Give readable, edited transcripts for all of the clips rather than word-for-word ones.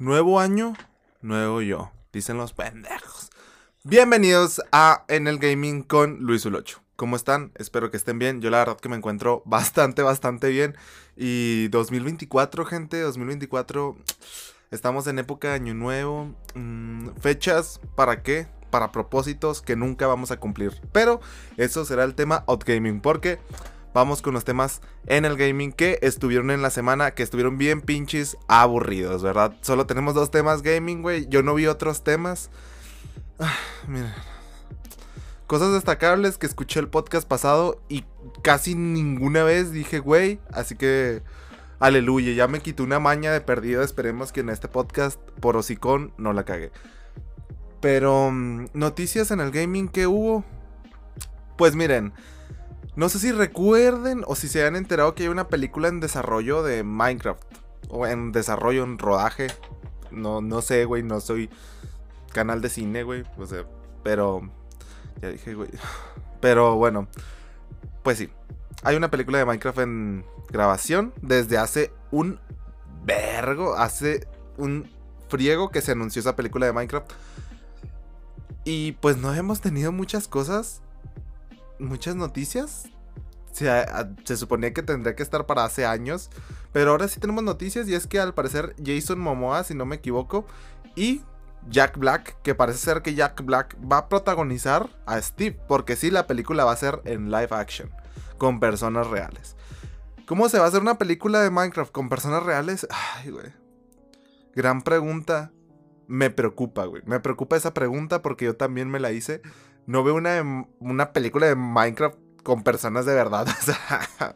Nuevo año, nuevo yo, dicen los pendejos. Bienvenidos a En el Gaming con Luis Ulocho. ¿Cómo están? Espero que estén bien. Yo la verdad que me encuentro bastante bien. Y 2024, gente, 2024. Estamos en época de año nuevo. Fechas, ¿para qué? Para propósitos que nunca vamos a cumplir. Pero eso será el tema Outgaming, porque vamos con los temas en el gaming que estuvieron en la semana, que estuvieron bien pinches aburridos, ¿verdad? Solo tenemos 2 temas gaming, güey. Yo no vi otros temas. Mira. Cosas destacables que escuché el podcast pasado y casi ninguna vez dije, güey. Así que, aleluya, ya me quité una maña de perdida. Esperemos que en este podcast, por hocicón, no la cague. Pero, noticias en el gaming que hubo. Pues miren, no sé si recuerden o si se han enterado que hay una película en desarrollo de Minecraft. O en desarrollo, en rodaje. No sé, güey, no soy canal de cine, güey. O sea, pero... ya dije, güey. Pero bueno, pues sí. Hay una película de Minecraft en grabación desde hace un vergo. Hace un friego que se anunció esa película de Minecraft. Y pues no hemos tenido muchas cosas. Muchas noticias. Se suponía que tendría que estar para hace años. Pero ahora sí tenemos noticias. Y es que al parecer Jason Momoa, si no me equivoco, y Jack Black, que parece ser que Jack Black va a protagonizar a Steve. Porque sí, la película va a ser en live action, con personas reales. ¿Cómo se va a hacer una película de Minecraft con personas reales? Ay, güey. Gran pregunta. Me preocupa, güey. Me preocupa esa pregunta porque yo también me la hice. No veo una película de Minecraft con personas de verdad. O sea...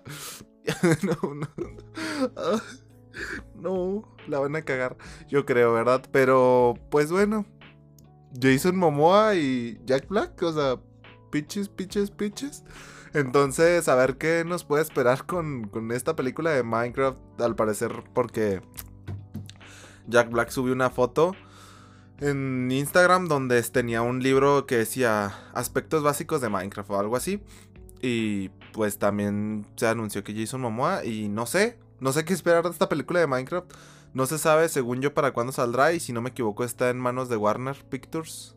no, la van a cagar. Yo creo, ¿verdad? Pero, pues bueno. Jason Momoa y Jack Black. O sea, pitches. Entonces, a ver qué nos puede esperar con esta película de Minecraft. Al parecer, porque Jack Black subió una foto en Instagram donde tenía un libro que decía aspectos básicos de Minecraft o algo así. Y pues también se anunció que Jason Momoa. Y no sé qué esperar de esta película de Minecraft. No se sabe, según yo, para cuándo saldrá. Y si no me equivoco, está en manos de Warner Pictures.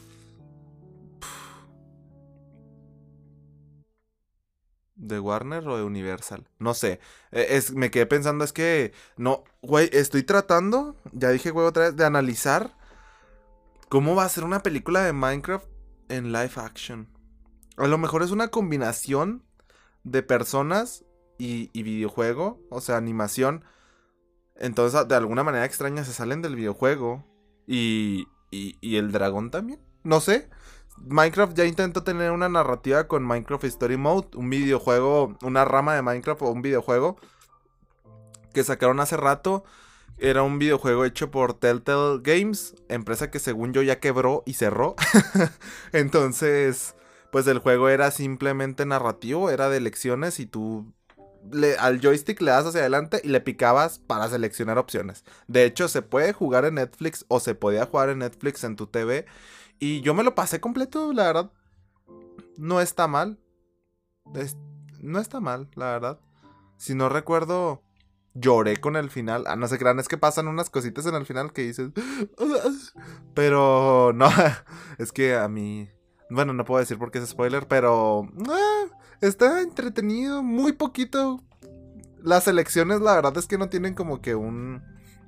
¿De Warner o de Universal? No sé. Me quedé pensando, es que... no, güey, estoy tratando, ya dije, güey, otra vez, de analizar cómo va a ser una película de Minecraft en live action. A lo mejor es una combinación de personas y videojuego, o sea, animación. Entonces, de alguna manera extraña se salen del videojuego. Y el dragón también. No sé. Minecraft ya intentó tener una narrativa con Minecraft Story Mode, un videojuego, una rama de Minecraft o un videojuego que sacaron hace rato. Era un videojuego hecho por Telltale Games, empresa que según yo ya quebró y cerró. Entonces, pues el juego era simplemente narrativo, era de elecciones y tú al joystick le das hacia adelante y le picabas para seleccionar opciones. De hecho, se puede jugar en Netflix o se podía jugar en Netflix en tu TV. Y yo me lo pasé completo, la verdad. No está mal. No está mal, la verdad. Si no recuerdo, lloré con el final. No se crean, es que pasan unas cositas en el final que dices. Pero no, es que a mí... bueno, no puedo decir porque es spoiler, pero... está entretenido, muy poquito. Las elecciones, la verdad es que no tienen como que un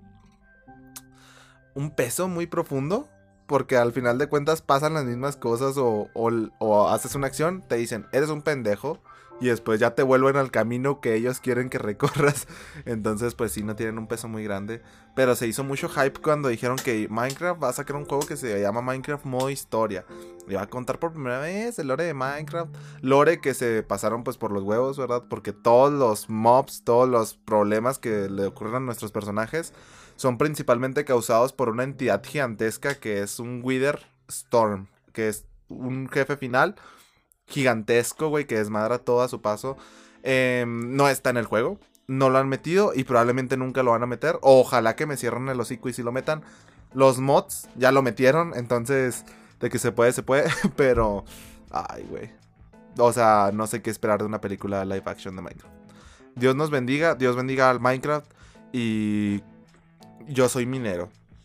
peso muy profundo. Porque al final de cuentas pasan las mismas cosas o haces una acción, te dicen, eres un pendejo. Y después ya te vuelven al camino que ellos quieren que recorras. Entonces pues sí, no tienen un peso muy grande. Pero se hizo mucho hype cuando dijeron que Minecraft va a sacar un juego que se llama Minecraft Modo Historia. Y va a contar por primera vez el lore de Minecraft. Lore que se pasaron pues por los huevos, ¿verdad? Porque todos los mobs, todos los problemas que le ocurren a nuestros personajes son principalmente causados por una entidad gigantesca que es un Wither Storm. Que es un jefe final gigantesco, güey, que desmadra todo a su paso. No está en el juego. No lo han metido y probablemente nunca lo van a meter. O ojalá que me cierren el hocico y si lo metan. Los mods ya lo metieron, entonces de que se puede, se puede. Pero, ay, güey. O sea, no sé qué esperar de una película live action de Minecraft. Dios nos bendiga, Dios bendiga al Minecraft. Y yo soy minero.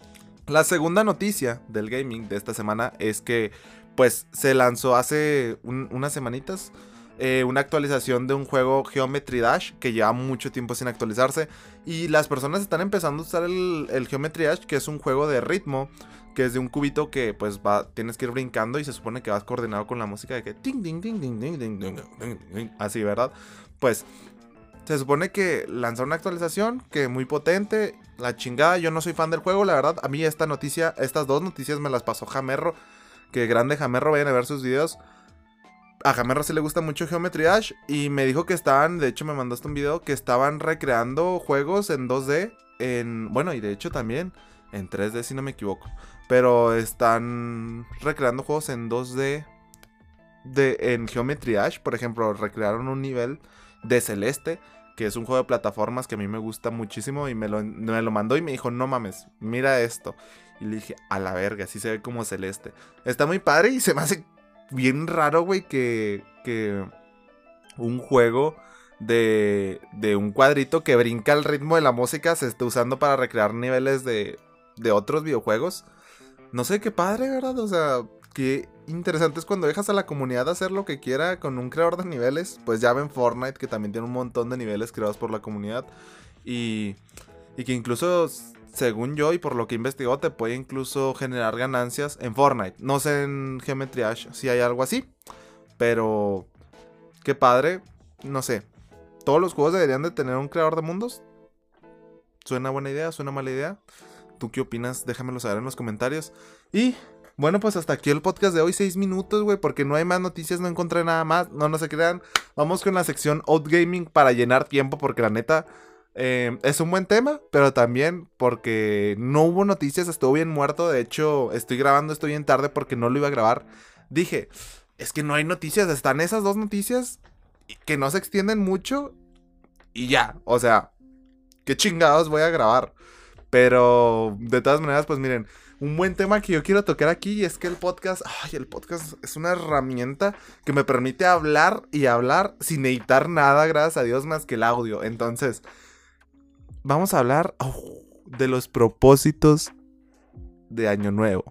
La segunda noticia del gaming de esta semana es que pues se lanzó hace unas semanitas una actualización de un juego Geometry Dash que lleva mucho tiempo sin actualizarse. Y las personas están empezando a usar el Geometry Dash, que es un juego de ritmo, que es de un cubito que pues tienes que ir brincando y se supone que vas coordinado con la música de que ting, ting, ting, ting, ting, ting, ting, ting, ting, así, ¿verdad? Pues se supone que lanzaron una actualización que muy potente. La chingada, yo no soy fan del juego, la verdad. A mí estas dos noticias me las pasó Jamerro. Que grande Jamerro, vayan a ver sus videos. A Jamerro sí le gusta mucho Geometry Dash. Y me dijo que estaban, de hecho me mandaste un video, que estaban recreando juegos en 2D. Bueno, y de hecho también en 3D si no me equivoco. Pero están recreando juegos en 2D en Geometry Dash. Por ejemplo, recrearon un nivel de Celeste, que es un juego de plataformas que a mí me gusta muchísimo. Y me lo mandó y me dijo, no mames, mira esto. Y le dije, a la verga, así se ve como Celeste. Está muy padre y se me hace bien raro, güey, que un juego de un cuadrito que brinca al ritmo de la música se esté usando para recrear niveles de otros videojuegos. No sé, qué padre, ¿verdad? O sea, qué interesante es cuando dejas a la comunidad hacer lo que quiera con un creador de niveles. Pues ya ven Fortnite, que también tiene un montón de niveles creados por la comunidad. Y que incluso, según yo y por lo que he investigado, te puede incluso generar ganancias en Fortnite. No sé en Geometry Dash si hay algo así, pero qué padre. No sé, todos los juegos deberían de tener un creador de mundos. ¿Suena buena idea? ¿Suena mala idea? ¿Tú qué opinas? Déjamelo saber en los comentarios. Y bueno, pues hasta aquí el podcast de hoy. 6 minutos, güey, porque no hay más noticias, no encontré nada más. No se crean. Vamos con la sección Outgaming para llenar tiempo, porque la neta es un buen tema, pero también porque no hubo noticias, estuvo bien muerto. De hecho, estoy grabando esto bien tarde porque no lo iba a grabar. Dije, es que no hay noticias, están esas dos noticias que no se extienden mucho y ya, o sea, qué chingados voy a grabar. Pero de todas maneras, pues miren, un buen tema que yo quiero tocar aquí es que el podcast es una herramienta que me permite hablar y hablar sin editar nada, gracias a Dios, más que el audio. Entonces, vamos a hablar de los propósitos de Año Nuevo.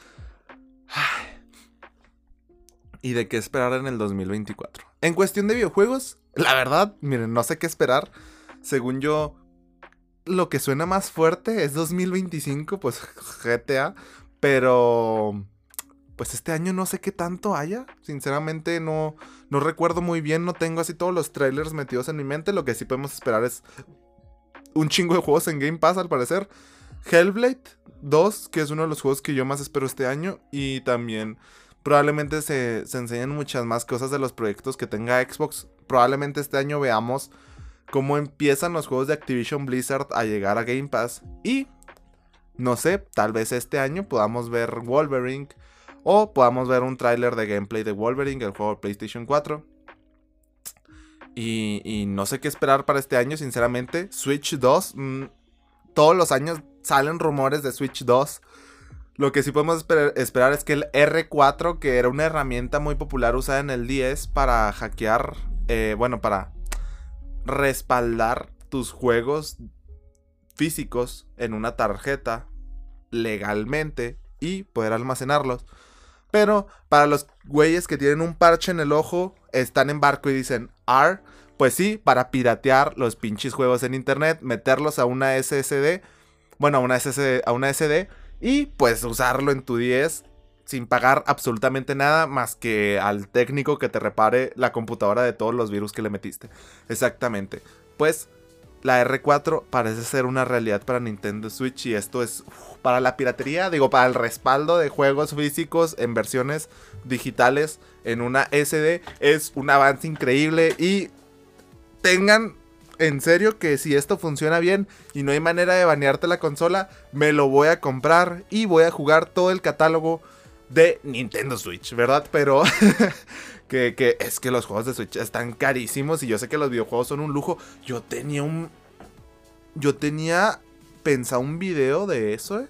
Y de qué esperar en el 2024. En cuestión de videojuegos, la verdad, miren, no sé qué esperar. Según yo, lo que suena más fuerte es 2025, pues GTA. Pero pues este año no sé qué tanto haya. Sinceramente no recuerdo muy bien, no tengo así todos los trailers metidos en mi mente. Lo que sí podemos esperar es un chingo de juegos en Game Pass, al parecer. Hellblade 2, que es uno de los juegos que yo más espero este año. Y también probablemente se enseñen muchas más cosas de los proyectos que tenga Xbox. Probablemente este año veamos cómo empiezan los juegos de Activision Blizzard a llegar a Game Pass. Y no sé, tal vez este año podamos ver Wolverine, o podamos ver un tráiler de gameplay de Wolverine, el juego de PlayStation 4. Y no sé qué esperar para este año, sinceramente. Switch 2, todos los años salen rumores de Switch 2. Lo que sí podemos esperar es que el R4, que era una herramienta muy popular usada en el 10 para hackear, para respaldar tus juegos físicos en una tarjeta legalmente y poder almacenarlos. Pero para los güeyes que tienen un parche en el ojo, están en barco y dicen pues sí, para piratear los pinches juegos en internet, meterlos a una SSD, a una SD, y pues usarlo en tu 10 sin pagar absolutamente nada más que al técnico que te repare la computadora de todos los virus que le metiste. Exactamente. Pues la R4 parece ser una realidad para Nintendo Switch, y esto es para la piratería, para el respaldo de juegos físicos en versiones digitales en una SD. Es un avance increíble, y tengan en serio que si esto funciona bien y no hay manera de banearte la consola, me lo voy a comprar y voy a jugar todo el catálogo de Nintendo Switch, ¿verdad? Pero que es que los juegos de Switch están carísimos, y yo sé que los videojuegos son un lujo. Yo tenía pensado un video de eso,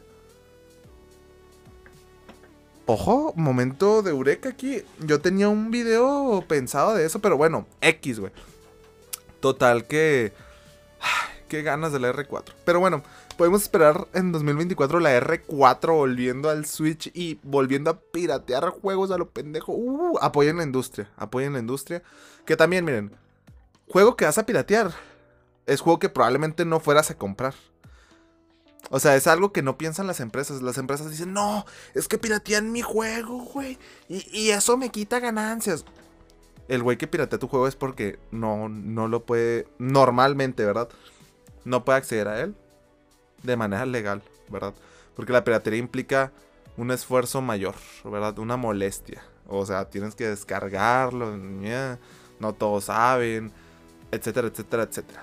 Ojo, momento de eureka aquí. Yo tenía un video pensado de eso, pero bueno, güey. Total que... Qué ganas del R4. Pero bueno, Podemos esperar en 2024 la R4 volviendo al Switch y volviendo a piratear juegos a lo pendejo. Apoyen la industria. Apoyen la industria. Que también, miren. Juego que vas a piratear es juego que probablemente no fueras a comprar. O sea, es algo que no piensan las empresas. Las empresas dicen, no, es que piratean mi juego, güey. Y eso me quita ganancias. El güey que piratea tu juego es porque no lo puede, normalmente, ¿verdad? No puede acceder a él de manera legal, ¿verdad? Porque la piratería implica un esfuerzo mayor, ¿verdad? Una molestia. O sea, tienes que descargarlo, no todos saben, etcétera, etcétera, etcétera.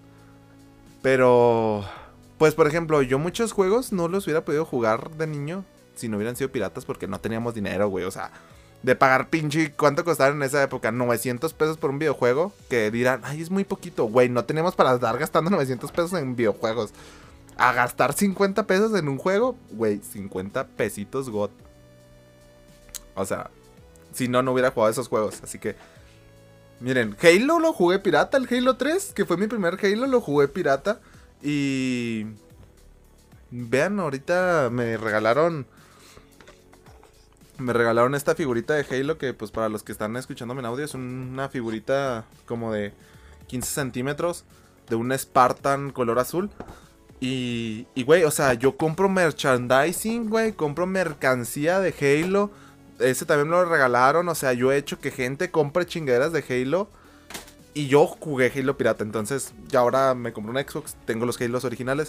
Pero, pues por ejemplo, yo muchos juegos no los hubiera podido jugar de niño si no hubieran sido piratas porque no teníamos dinero, güey. O sea, de pagar pinche, ¿cuánto costaron en esa época? 900 pesos por un videojuego. Que dirán, ay, es muy poquito, güey. No tenemos para estar gastando 900 pesos en videojuegos. A gastar 50 pesos en un juego, güey, 50 pesitos God. O sea, si no, no hubiera jugado esos juegos. Así que, miren, Halo lo jugué pirata. El Halo 3, que fue mi primer Halo, lo jugué pirata. Y vean, ahorita me regalaron esta figurita de Halo. Que pues para los que están escuchándome en audio, es una figurita como de 15 centímetros, de un Spartan color azul. Y güey, o sea, yo compro merchandising, güey, compro mercancía de Halo. Ese también me lo regalaron. O sea, yo he hecho que gente compre chingaderas de Halo. Y yo jugué Halo pirata. Entonces, ya ahora me compré una Xbox. Tengo los Halos originales.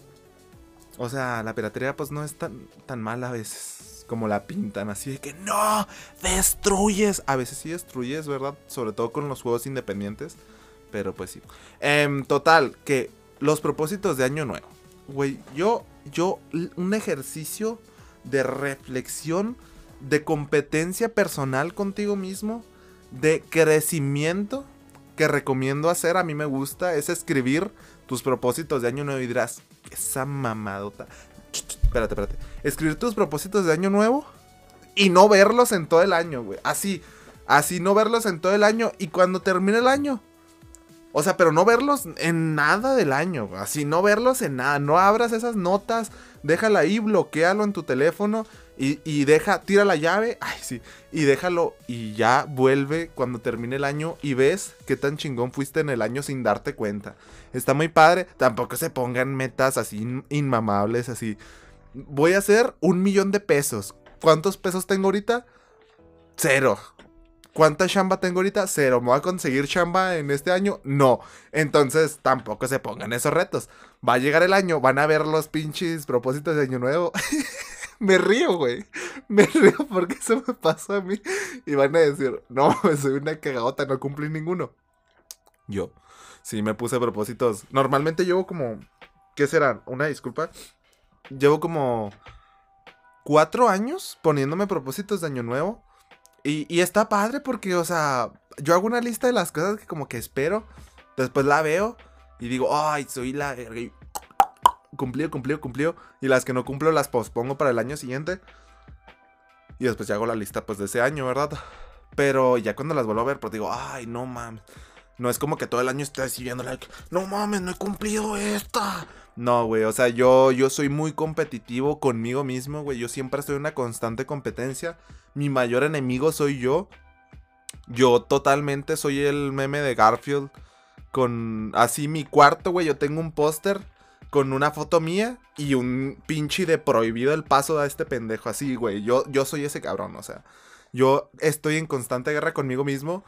O sea, la piratería pues no es tan mala a veces como la pintan. Así de que no, destruyes. A veces sí destruyes, ¿verdad? Sobre todo con los juegos independientes. Pero pues sí. Total, que los propósitos de año nuevo. Güey, yo un ejercicio de reflexión, de competencia personal contigo mismo, de crecimiento que recomiendo hacer, a mí me gusta, es escribir tus propósitos de año nuevo. Y dirás, esa mamadota. Espérate. Escribir tus propósitos de año nuevo y no verlos en todo el año, güey. Así no verlos en todo el año. Y cuando termine el año, o sea, pero no verlos en nada del año, así no verlos en nada. No abras esas notas, déjala ahí, bloquéalo en tu teléfono y tira la llave, ay sí, y déjalo y ya vuelve cuando termine el año y ves qué tan chingón fuiste en el año sin darte cuenta. Está muy padre, tampoco se pongan metas así inmamables, así. Voy a hacer 1,000,000 de pesos. ¿Cuántos pesos tengo ahorita? 0. ¿Cuánta chamba tengo ahorita? 0. ¿Me voy a conseguir chamba en este año? No. Entonces tampoco se pongan esos retos. Va a llegar el año, van a ver los pinches propósitos de año nuevo. Me río, güey. Me río porque eso me pasó a mí. Y van a decir, no, soy una cagadota, no cumplí ninguno. Yo sí me puse propósitos. Normalmente llevo como, ¿qué serán? Una disculpa. Llevo como 4 años poniéndome propósitos de año nuevo. Y está padre porque, o sea, yo hago una lista de las cosas que como que espero. Después la veo y digo, ay, soy la... Cumplido. Y las que no cumplo las pospongo para el año siguiente. Y después ya hago la lista pues de ese año, ¿verdad? Pero ya cuando las vuelvo a ver, pues digo, ay, no mames. No es como que todo el año esté así viendo like, no mames, no he cumplido esta. No, güey, o sea, yo soy muy competitivo conmigo mismo, güey. Yo siempre estoy en una constante competencia. Mi mayor enemigo soy yo. Yo totalmente soy el meme de Garfield. Con así mi cuarto, güey. Yo tengo un póster con una foto mía y un pinche de prohibido el paso a este pendejo. Así, güey. Yo soy ese cabrón, o sea. Yo estoy en constante guerra conmigo mismo.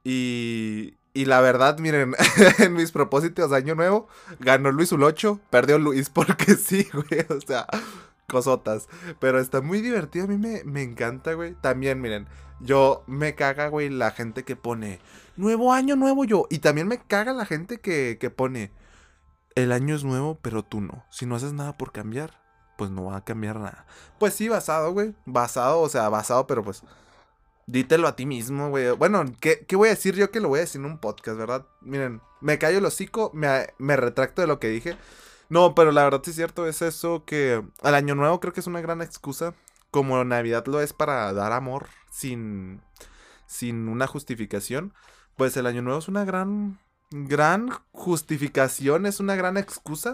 Y la verdad, miren, en mis propósitos de año nuevo, ganó Luis Ulocho, perdió Luis porque sí, güey, o sea, cosotas. Pero está muy divertido, a mí me encanta, güey. También, miren, yo me caga, güey, la gente que pone, nuevo año, nuevo yo. Y también me caga la gente que pone, el año es nuevo, pero tú no. Si no haces nada por cambiar, pues no va a cambiar nada. Pues sí, basado, güey, basado, pero pues... Dítelo a ti mismo, güey. Bueno, ¿qué voy a decir yo que lo voy a decir en un podcast, verdad? Miren, me callo el hocico, me retracto de lo que dije. No, pero la verdad sí es cierto, es eso que... Al año nuevo creo que es una gran excusa. Como Navidad lo es para dar amor sin una justificación. Pues el año nuevo es una gran justificación, es una gran excusa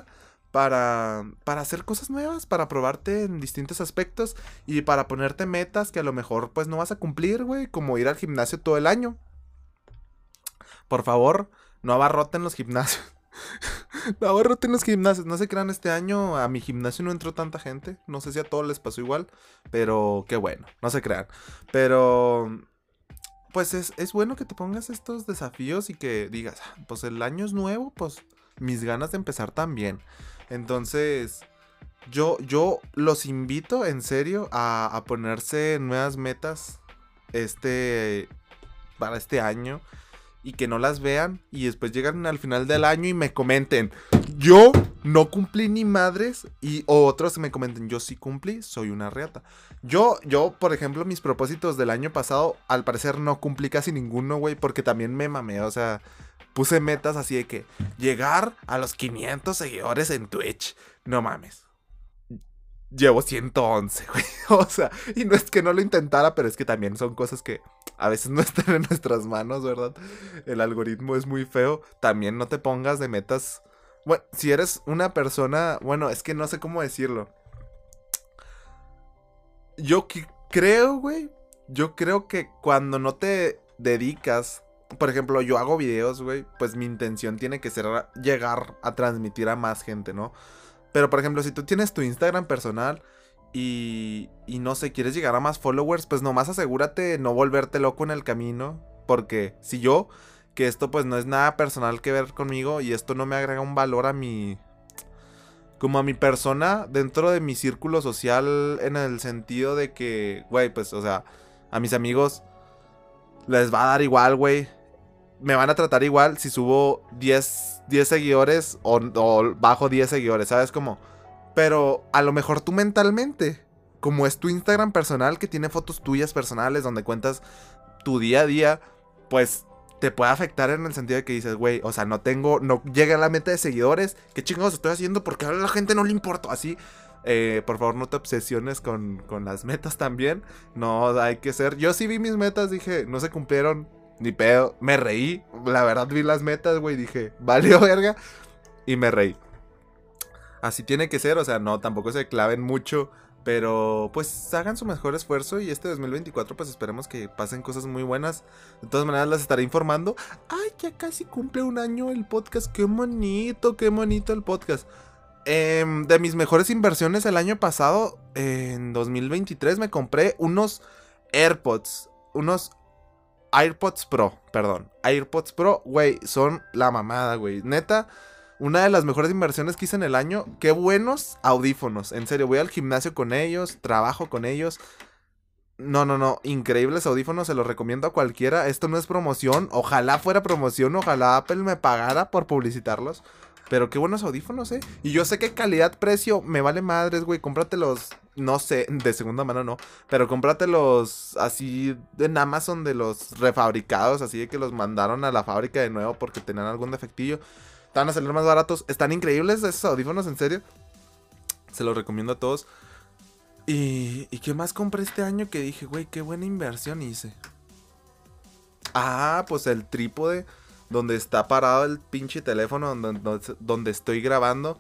para hacer cosas nuevas, para probarte en distintos aspectos y para ponerte metas que a lo mejor pues no vas a cumplir, güey, como ir al gimnasio todo el año. Por favor, no abarroten los gimnasios. No abarroten los gimnasios. No se crean, este año a mi gimnasio no entró tanta gente. No sé si a todos les pasó igual, pero qué bueno, no se crean. Pero pues es bueno que te pongas estos desafíos y que digas, "Ah, pues el año es nuevo, pues mis ganas de empezar también". Entonces, yo los invito en serio a ponerse nuevas metas este, para este año y que no las vean y después llegan al final del año y me comenten, yo no cumplí ni madres, y o otros me comenten, yo sí cumplí, soy una reata. Yo, por ejemplo, mis propósitos del año pasado, al parecer no cumplí casi ninguno, güey, porque también me mamé, o sea, puse metas así de que llegar a los 500 seguidores en Twitch. No mames. Llevo 111, güey. O sea, y no es que no lo intentara, pero es que también son cosas que a veces no están en nuestras manos, ¿verdad? El algoritmo es muy feo. También no te pongas de metas. Bueno, si eres una persona, bueno, es que no sé cómo decirlo. Creo, güey. Yo creo que cuando no te dedicas, por ejemplo, yo hago videos, güey, pues mi intención tiene que ser llegar a transmitir a más gente, ¿no? Pero, por ejemplo, si tú tienes tu Instagram personal y no sé, quieres llegar a más followers, pues nomás asegúrate de no volverte loco en el camino. Porque si yo, que esto pues no es nada personal que ver conmigo y esto no me agrega un valor a mi, como a mi persona dentro de mi círculo social, en el sentido de que, güey, pues, o sea, a mis amigos les va a dar igual, güey. Me van a tratar igual si subo 10 seguidores o bajo 10 seguidores, ¿sabes cómo? Pero a lo mejor tú mentalmente, como es tu Instagram personal que tiene fotos tuyas personales donde cuentas tu día a día, pues te puede afectar en el sentido de que dices, güey, o sea, no llegué a la meta de seguidores, ¿qué chingados estoy haciendo? Porque a la gente no le importa, así. Por favor, no te obsesiones con las metas también. No, hay que ser. Yo sí vi mis metas, dije, no se cumplieron. Ni pedo, me reí. La verdad vi las metas, güey. Dije, valió verga. Y me reí. Así tiene que ser, o sea, no, tampoco se claven mucho. Pero pues hagan su mejor esfuerzo. Y este 2024 pues esperemos que pasen cosas muy buenas. De todas maneras las estaré informando. Ay, ya casi cumple un año el podcast. Qué bonito el podcast. De mis mejores inversiones el año pasado, en 2023 me compré unos AirPods. Unos AirPods Pro, perdón. AirPods Pro, güey, son la mamada, güey. Neta, una de las mejores inversiones que hice en el año. Qué buenos audífonos. En serio, voy al gimnasio con ellos, trabajo con ellos. No. Increíbles audífonos, se los recomiendo a cualquiera. Esto no es promoción. Ojalá fuera promoción, ojalá Apple me pagara por publicitarlos. Pero qué buenos audífonos, ¿eh? Y yo sé que calidad-precio me vale madres, güey. Cómpratelos, no sé, de segunda mano no. Pero cómpratelos así en Amazon, de los refabricados, así de que los mandaron a la fábrica de nuevo porque tenían algún defectillo. Te van a salir más baratos. Están increíbles esos audífonos, en serio. Se los recomiendo a todos. ¿Y qué más compré este año que dije, güey, qué buena inversión hice? Ah, pues el trípode donde está parado el pinche teléfono donde estoy grabando.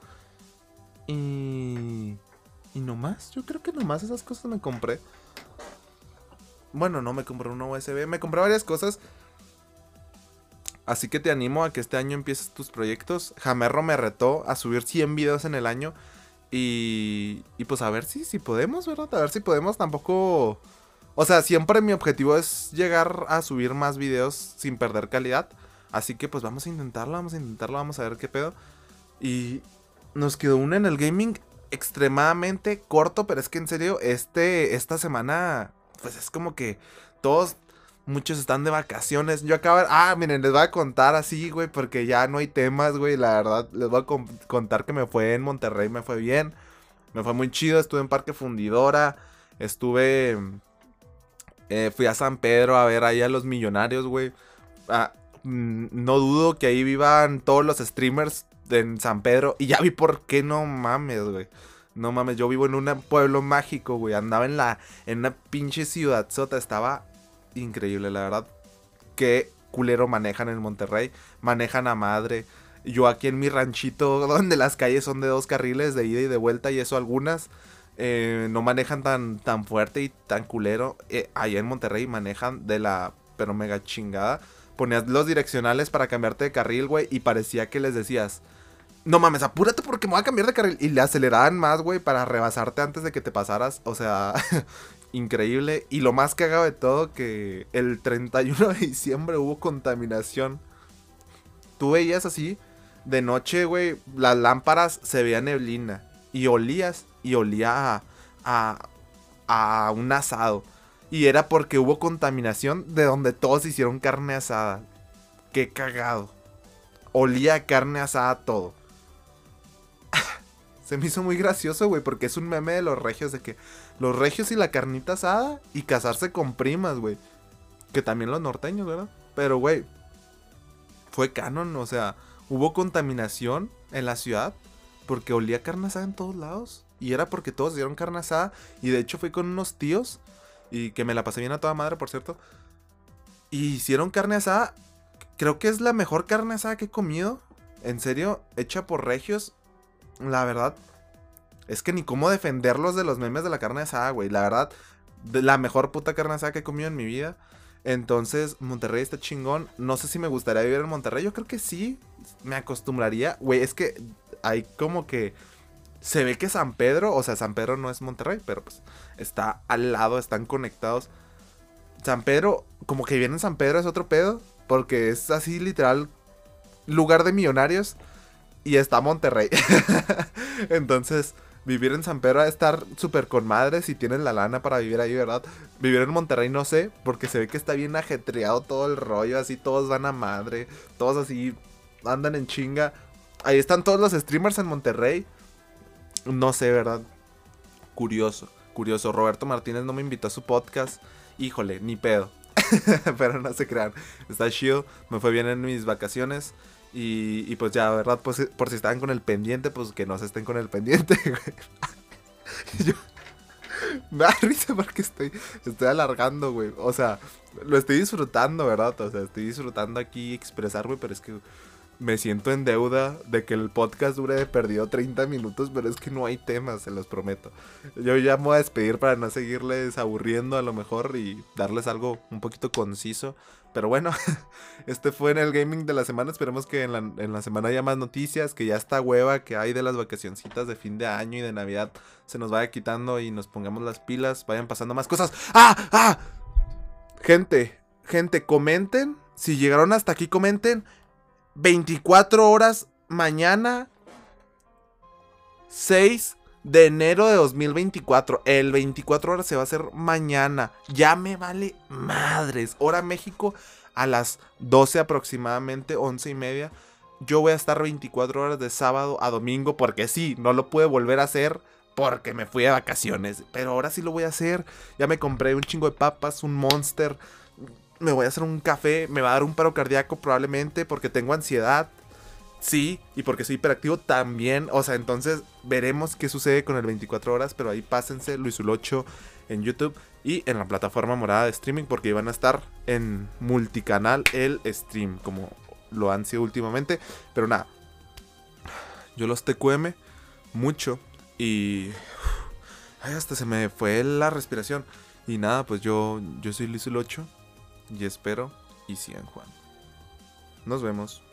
Y nomás, yo creo que nomás esas cosas me compré. Bueno, no, me compré una USB, me compré varias cosas. Así que te animo a que este año empieces tus proyectos. Jamerro me retó a subir 100 videos en el año. Y pues a ver si podemos, ¿verdad? A ver si podemos, tampoco... O sea, siempre mi objetivo es llegar a subir más videos sin perder calidad. Así que pues vamos a intentarlo, vamos a ver qué pedo. Y nos quedó uno en el gaming extremadamente corto, pero es que en serio, esta semana, pues es como que muchos están de vacaciones. Yo acabo miren, les voy a contar así, güey, porque ya no hay temas, güey. La verdad, les voy a contar que me fue en Monterrey, me fue bien. Me fue muy chido, estuve en Parque Fundidora. Fui a San Pedro a ver ahí a los millonarios, güey. No dudo que ahí vivan todos los streamers en San Pedro. Y ya vi por qué, no mames, güey. No mames, yo vivo en un pueblo mágico, güey. Andaba en una pinche ciudad sota. Estaba increíble, la verdad. Qué culero manejan en Monterrey. Manejan a madre. Yo aquí en mi ranchito, donde las calles son de 2 carriles de ida y de vuelta, y eso algunas no manejan tan fuerte y tan culero. Allá en Monterrey manejan de la pero mega chingada. Ponías los direccionales para cambiarte de carril, güey, y parecía que les decías, no mames, apúrate porque me voy a cambiar de carril. Y le aceleraban más, güey, para rebasarte antes de que te pasaras. O sea, increíble. Y lo más cagado de todo, que el 31 de diciembre hubo contaminación. Tú veías así, de noche, güey, las lámparas se veía neblina. Y olías, y olía a un asado. Y era porque hubo contaminación de donde todos hicieron carne asada. Qué cagado. Olía a carne asada todo. Se me hizo muy gracioso, güey, porque es un meme de los regios, de que los regios y la carnita asada y casarse con primas, güey. Que también los norteños, ¿verdad? Pero, güey, fue canon, o sea, hubo contaminación en la ciudad porque olía carne asada en todos lados. Y era porque todos dieron carne asada. Y de hecho fui con unos tíos, y que me la pasé bien a toda madre, por cierto. Y hicieron carne asada. Creo que es la mejor carne asada que he comido. En serio, hecha por regios. La verdad, es que ni cómo defenderlos de los memes de la carne asada, güey. La verdad, la mejor puta carne asada que he comido en mi vida. Entonces, Monterrey está chingón. No sé si me gustaría vivir en Monterrey. Yo creo que sí. Me acostumbraría. Güey, es que hay como que... Se ve que San Pedro, o sea, San Pedro no es Monterrey, pero pues está al lado, están conectados. San Pedro, como que viene en San Pedro es otro pedo, porque es así literal lugar de millonarios y está Monterrey. Entonces, vivir en San Pedro va a estar súper con madre si tienen la lana para vivir ahí, ¿verdad? Vivir en Monterrey no sé, porque se ve que está bien ajetreado todo el rollo, así todos van a madre, todos así andan en chinga. Ahí están todos los streamers en Monterrey. No sé, ¿verdad? Curioso, curioso. Roberto Martínez no me invitó a su podcast. Híjole, ni pedo. Pero no se crean. Está chido. Me fue bien en mis vacaciones. Y pues ya, ¿verdad? Pues, por si estaban con el pendiente, pues que no se estén con el pendiente. Yo, me da risa porque estoy alargando, güey. O sea, lo estoy disfrutando, ¿verdad? O sea, estoy disfrutando aquí expresarme, pero es que me siento en deuda de que el podcast dure de perdido 30 minutos, pero es que no hay temas, se los prometo. Yo ya me voy a despedir para no seguirles aburriendo a lo mejor y darles algo un poquito conciso. Pero bueno, este fue en el gaming de la semana. Esperemos que en la semana haya más noticias, que ya esta hueva que hay de las vacacioncitas de fin de año y de Navidad se nos vaya quitando y nos pongamos las pilas, vayan pasando más cosas. ¡Ah! ¡Ah! Gente, comenten. Si llegaron hasta aquí, comenten. 24 horas mañana 6 de enero de 2024. El 24 horas se va a hacer mañana. Ya me vale madres. Hora México a las 12 aproximadamente, 11:30. Yo voy a estar 24 horas de sábado a domingo porque sí, no lo pude volver a hacer porque me fui de vacaciones. Pero ahora sí lo voy a hacer. Ya me compré un chingo de papas, un Monster. Me voy a hacer un café, me va a dar un paro cardíaco probablemente porque tengo ansiedad. Sí, y porque soy hiperactivo también. O sea, entonces veremos qué sucede con el 24 horas. Pero ahí pásense Luisulocho en YouTube y en la plataforma morada de streaming, porque iban a estar en multicanal el stream, como lo han sido últimamente. Pero nada, yo los TQM mucho y... Ay, hasta se me fue la respiración. Y nada, pues yo soy Luisulocho. Y espero y sigan jugando. Nos vemos.